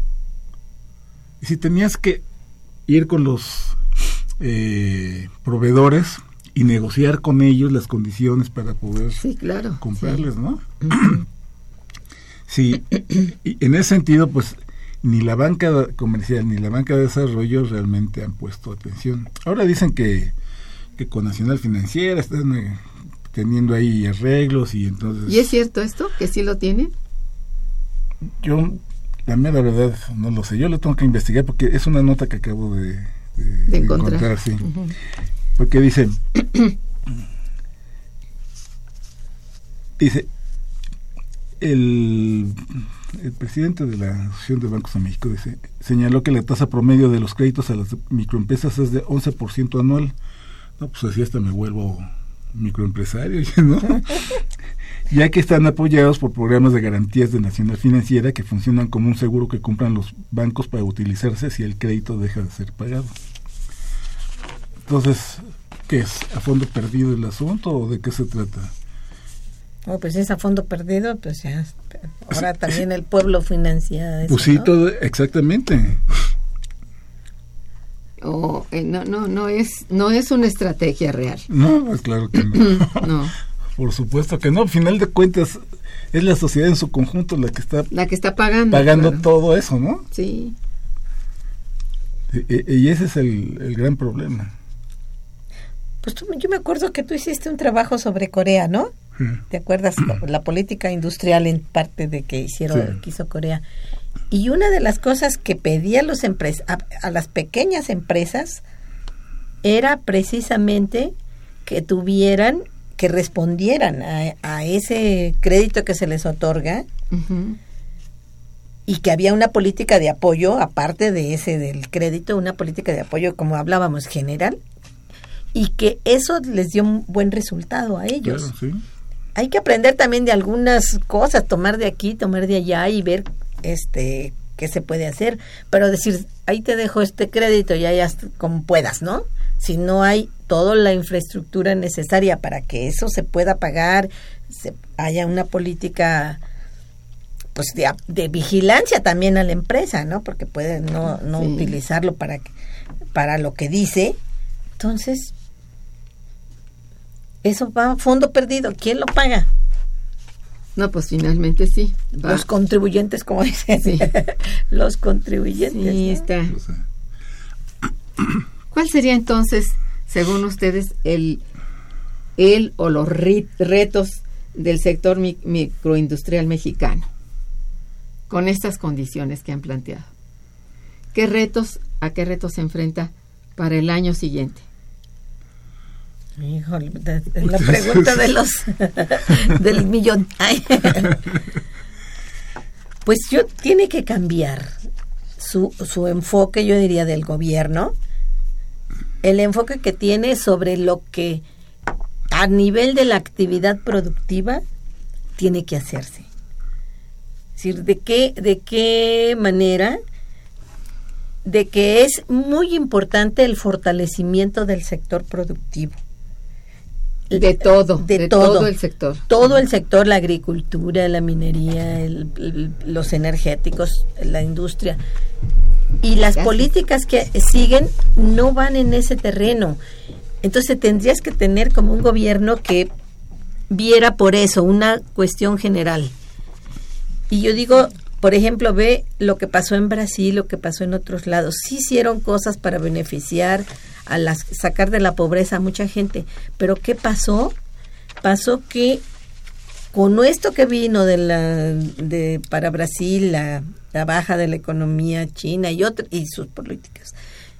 Y si tenías que ir con los proveedores y negociar con ellos las condiciones para poder sí, claro, comprarles, sí. ¿no? Uh-huh. Sí, y en ese sentido, pues, ni la banca comercial ni la banca de desarrollo realmente han puesto atención. Ahora dicen que con Nacional Financiera están teniendo ahí arreglos y entonces... ¿Y es cierto esto? ¿Que sí lo tienen? Yo, la mera verdad, no lo sé. Yo lo tengo que investigar porque es una nota que acabo de encontrar, sí. Uh-huh. Porque dice... El presidente de la Asociación de Bancos de México señaló que la tasa promedio de los créditos a las microempresas es de 11% anual. No, pues así hasta me vuelvo microempresario, ¿no? Ya que están apoyados por programas de garantías de Nacional Financiera que funcionan como un seguro que compran los bancos para utilizarse si el crédito deja de ser pagado. Entonces, ¿qué es? ¿A fondo perdido el asunto o de qué se trata? Oh, pues es a fondo perdido, pues ya. Ahora también el pueblo financia eso, pues sí, ¿no? todo, exactamente. No es una estrategia real. No, pues claro que no. No. Por supuesto que no. Al final de cuentas, es la sociedad en su conjunto la que está pagando claro. todo eso, ¿no? Sí. Y ese es el gran problema. Pues yo me acuerdo que tú hiciste un trabajo sobre Corea, ¿no? Sí. ¿Te acuerdas? La política industrial en parte de que hizo Corea. Y una de las cosas que pedía a las pequeñas empresas era precisamente que respondieran a ese crédito que se les otorga. Uh-huh. Y que había una política de apoyo, aparte de del crédito, una política de apoyo, como hablábamos, general, y que eso les dio un buen resultado a ellos. Claro, sí. Hay que aprender también de algunas cosas, tomar de aquí, tomar de allá y ver qué qué se puede hacer, pero decir, ahí te dejo este crédito y allá como puedas, ¿no? Si no hay toda la infraestructura necesaria para que eso se pueda pagar, haya una política pues de vigilancia también a la empresa, ¿no? Porque puede no utilizarlo para lo que dice. Entonces, eso va a fondo perdido. ¿Quién lo paga? No, pues finalmente sí. Los contribuyentes, como dicen. Sí. Los contribuyentes. Sí, ¿no? está. ¿Cuál sería entonces, según ustedes, el o los retos del sector microindustrial mexicano con estas condiciones que han planteado? ¿A qué retos se enfrenta para el año siguiente? Híjole, la pregunta del millón. Pues tiene que cambiar su enfoque, yo diría, del gobierno, el enfoque que tiene sobre lo que a nivel de la actividad productiva tiene que hacerse. Es decir, de qué manera, de que es muy importante el fortalecimiento del sector productivo. De todo el sector. Todo el sector, la agricultura, la minería, los energéticos, la industria. Y las políticas que siguen no van en ese terreno. Entonces tendrías que tener como un gobierno que viera por eso, una cuestión general. Y yo digo, por ejemplo, ve lo que pasó en Brasil, lo que pasó en otros lados. Sí hicieron cosas para beneficiar, sacar de la pobreza a mucha gente. Pero ¿qué pasó? Pasó que con esto que vino para Brasil, la baja de la economía china y sus políticas,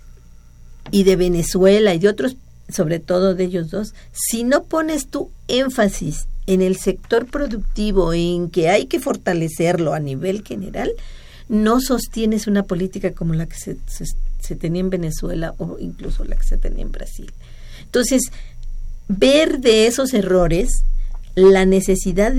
y de Venezuela y de otros, sobre todo de ellos dos, si no pones tu énfasis en el sector productivo, en que hay que fortalecerlo a nivel general, no sostienes una política como la que se tenía en Venezuela o incluso la que se tenía en Brasil. Entonces, ver de esos errores la necesidad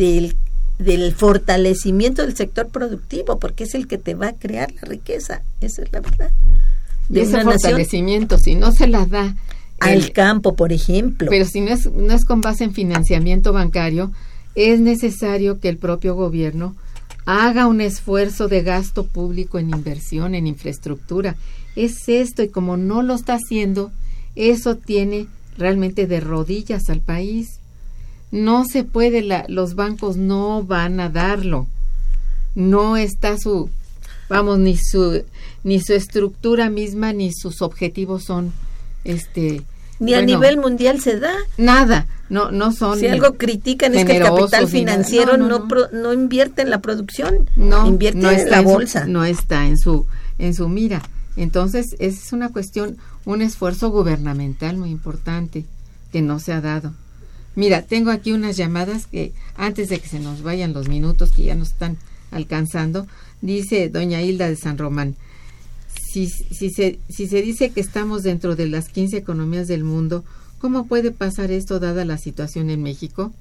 del fortalecimiento del sector productivo, porque es el que te va a crear la riqueza, esa es la verdad. Y ese fortalecimiento, si no se la da al campo, por ejemplo. Pero si no es con base en financiamiento bancario, es necesario que el propio gobierno haga un esfuerzo de gasto público en inversión, en infraestructura. Es esto, y como no lo está haciendo, eso tiene realmente de rodillas al país. No se puede, los bancos no van a darlo. No está ni su estructura misma, ni sus objetivos son ni a nivel mundial se da nada, no son. Si algo critican es que el capital financiero no invierte en la producción, invierte en la bolsa, no está en su mira. Entonces es una cuestión, un esfuerzo gubernamental muy importante que no se ha dado. Mira, tengo aquí unas llamadas que antes de que se nos vayan los minutos que ya nos están alcanzando, dice doña Hilda de San Román: Si se dice que estamos dentro de las 15 economías del mundo, ¿cómo puede pasar esto dada la situación en México?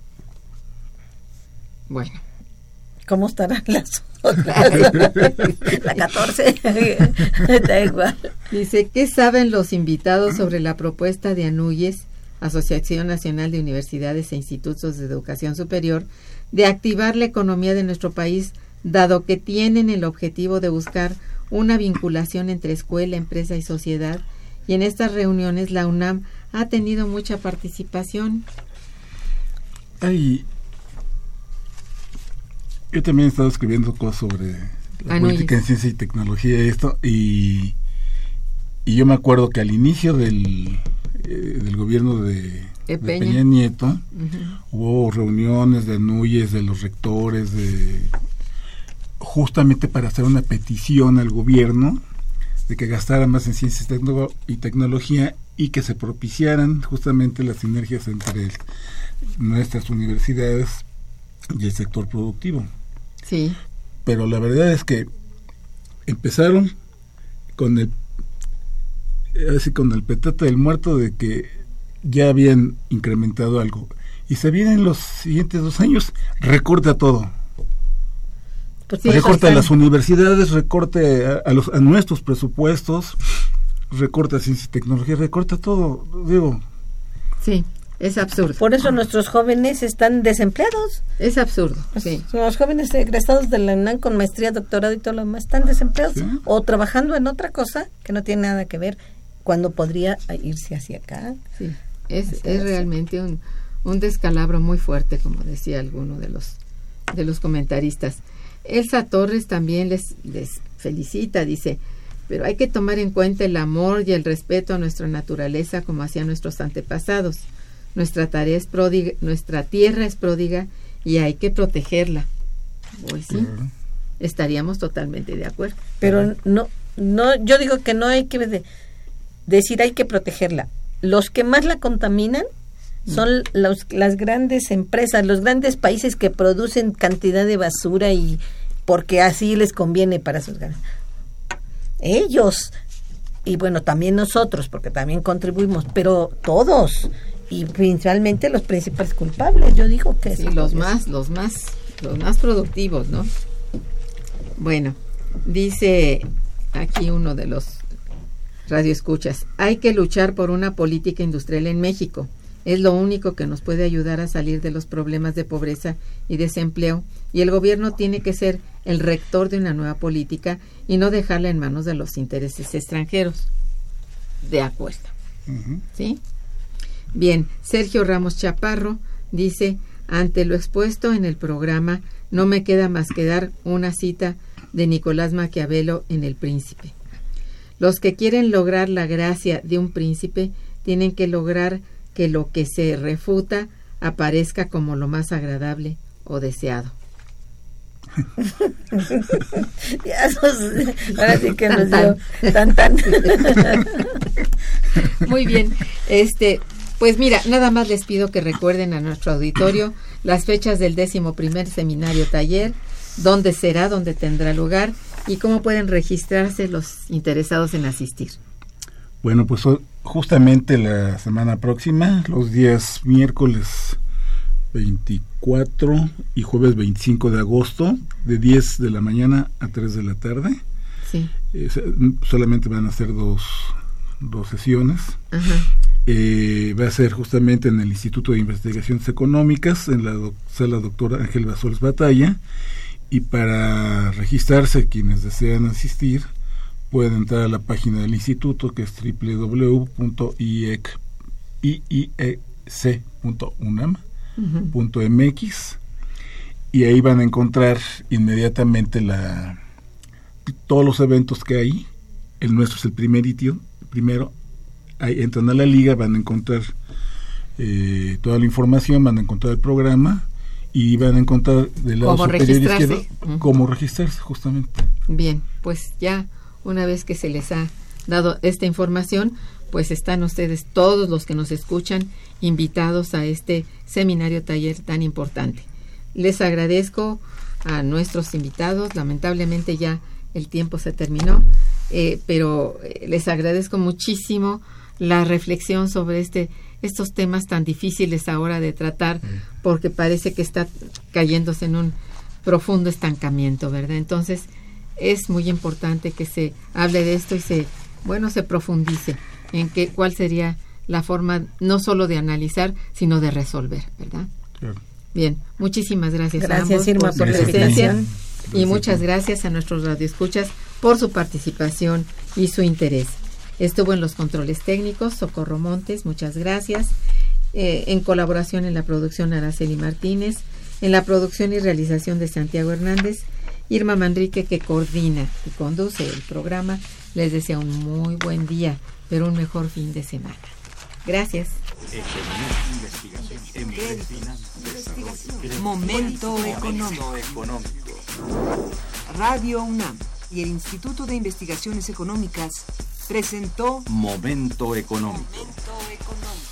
Bueno. ¿Cómo estarán las otras? La 14. Da igual. Dice, ¿qué saben los invitados sobre la propuesta de ANUYES, Asociación Nacional de Universidades e Institutos de Educación Superior, de activar la economía de nuestro país, dado que tienen el objetivo de buscar una vinculación entre escuela, empresa y sociedad? Y en estas reuniones la UNAM ha tenido mucha participación. Yo también he estado escribiendo cosas sobre la política en ciencia y tecnología y yo me acuerdo que al inicio del gobierno de Peña Nieto, hubo reuniones de ANUYES, de los rectores, justamente para hacer una petición al gobierno de que gastara más en ciencias y tecnología y que se propiciaran justamente las sinergias entre nuestras universidades y el sector productivo. Sí. Pero la verdad es que empezaron con el petate del muerto de que ya habían incrementado algo y se vienen los siguientes 2 años, recorta todo. Pues recorte a las universidades, recorte a nuestros presupuestos, recorta ciencia y tecnología, recorta todo, digo. Sí, es absurdo. Por eso nuestros jóvenes están desempleados. Es absurdo, sí. Los jóvenes egresados de la UNAM con maestría, doctorado y todo lo demás están desempleados, ¿sí? O trabajando en otra cosa que no tiene nada que ver cuando podría irse hacia acá. Sí, es realmente un descalabro muy fuerte, como decía alguno de los comentaristas. Elsa Torres también les felicita, dice: pero hay que tomar en cuenta el amor y el respeto a nuestra naturaleza como hacían nuestros antepasados. Nuestra tarea es pródiga, nuestra tierra es pródiga y hay que protegerla. Pues sí, estaríamos totalmente de acuerdo. Pero no, yo digo que no hay que decir hay que protegerla. Los que más la contaminan son las grandes empresas, los grandes países que producen cantidad de basura y porque así les conviene para sus ganas. Ellos, y bueno, también nosotros, porque también contribuimos, pero todos, y principalmente los principales culpables, yo digo que sí, los más productivos, ¿no? Bueno, dice aquí uno de los radioescuchas: hay que luchar por una política industrial en México. Es lo único que nos puede ayudar a salir de los problemas de pobreza y desempleo, y el gobierno tiene que ser el rector de una nueva política y no dejarla en manos de los intereses extranjeros. De acuerdo. ¿Sí? Bien, Sergio Ramos Chaparro dice: ante lo expuesto en el programa, no me queda más que dar una cita de Nicolás Maquiavelo en El Príncipe. Los que quieren lograr la gracia de un príncipe tienen que lograr que lo que se refuta aparezca como lo más agradable o deseado. Ahora sí que nos dio tan. Muy bien, pues mira, nada más les pido que recuerden a nuestro auditorio las fechas del 11º seminario taller, dónde será, dónde tendrá lugar y cómo pueden registrarse los interesados en asistir. Bueno, pues justamente la semana próxima, los días miércoles 24 y jueves 25 de agosto, de 10 de la mañana a 3 de la tarde. Sí. Solamente van a ser dos sesiones. Ajá. Va a ser justamente en el Instituto de Investigaciones Económicas, en la sala doctora Ángel Basols Batalla, y para registrarse, quienes desean asistir, pueden entrar a la página del instituto, que es www.iec.unam.mx, y ahí van a encontrar inmediatamente todos los eventos que hay. El nuestro es el primero. Ahí entran a la liga, van a encontrar toda la información, van a encontrar el programa y van a encontrar del lado superior izquierdo cómo registrarse, justamente. Bien, pues ya una vez que se les ha dado esta información, pues están ustedes, todos los que nos escuchan, invitados a este seminario taller tan importante. Les agradezco a nuestros invitados, lamentablemente ya el tiempo se terminó, pero les agradezco muchísimo la reflexión sobre estos temas tan difíciles ahora de tratar, porque parece que está cayéndose en un profundo estancamiento, ¿verdad? Entonces es muy importante que se hable de esto y se profundice en cuál sería la forma no solo de analizar, sino de resolver, ¿verdad? Claro. Bien, muchísimas gracias a ambos Irma, por su presencia y muchas gracias a nuestros radioescuchas por su participación y su interés. Estuvo en los controles técnicos Socorro Montes, muchas gracias. En colaboración en la producción Araceli Martínez, en la producción y realización de Santiago Hernández, Irma Manrique, que coordina y conduce el programa. Les deseo un muy buen día, pero un mejor fin de semana. Gracias. Momento económico. Radio UNAM y el Instituto de Investigaciones Económicas presentó Momento económico.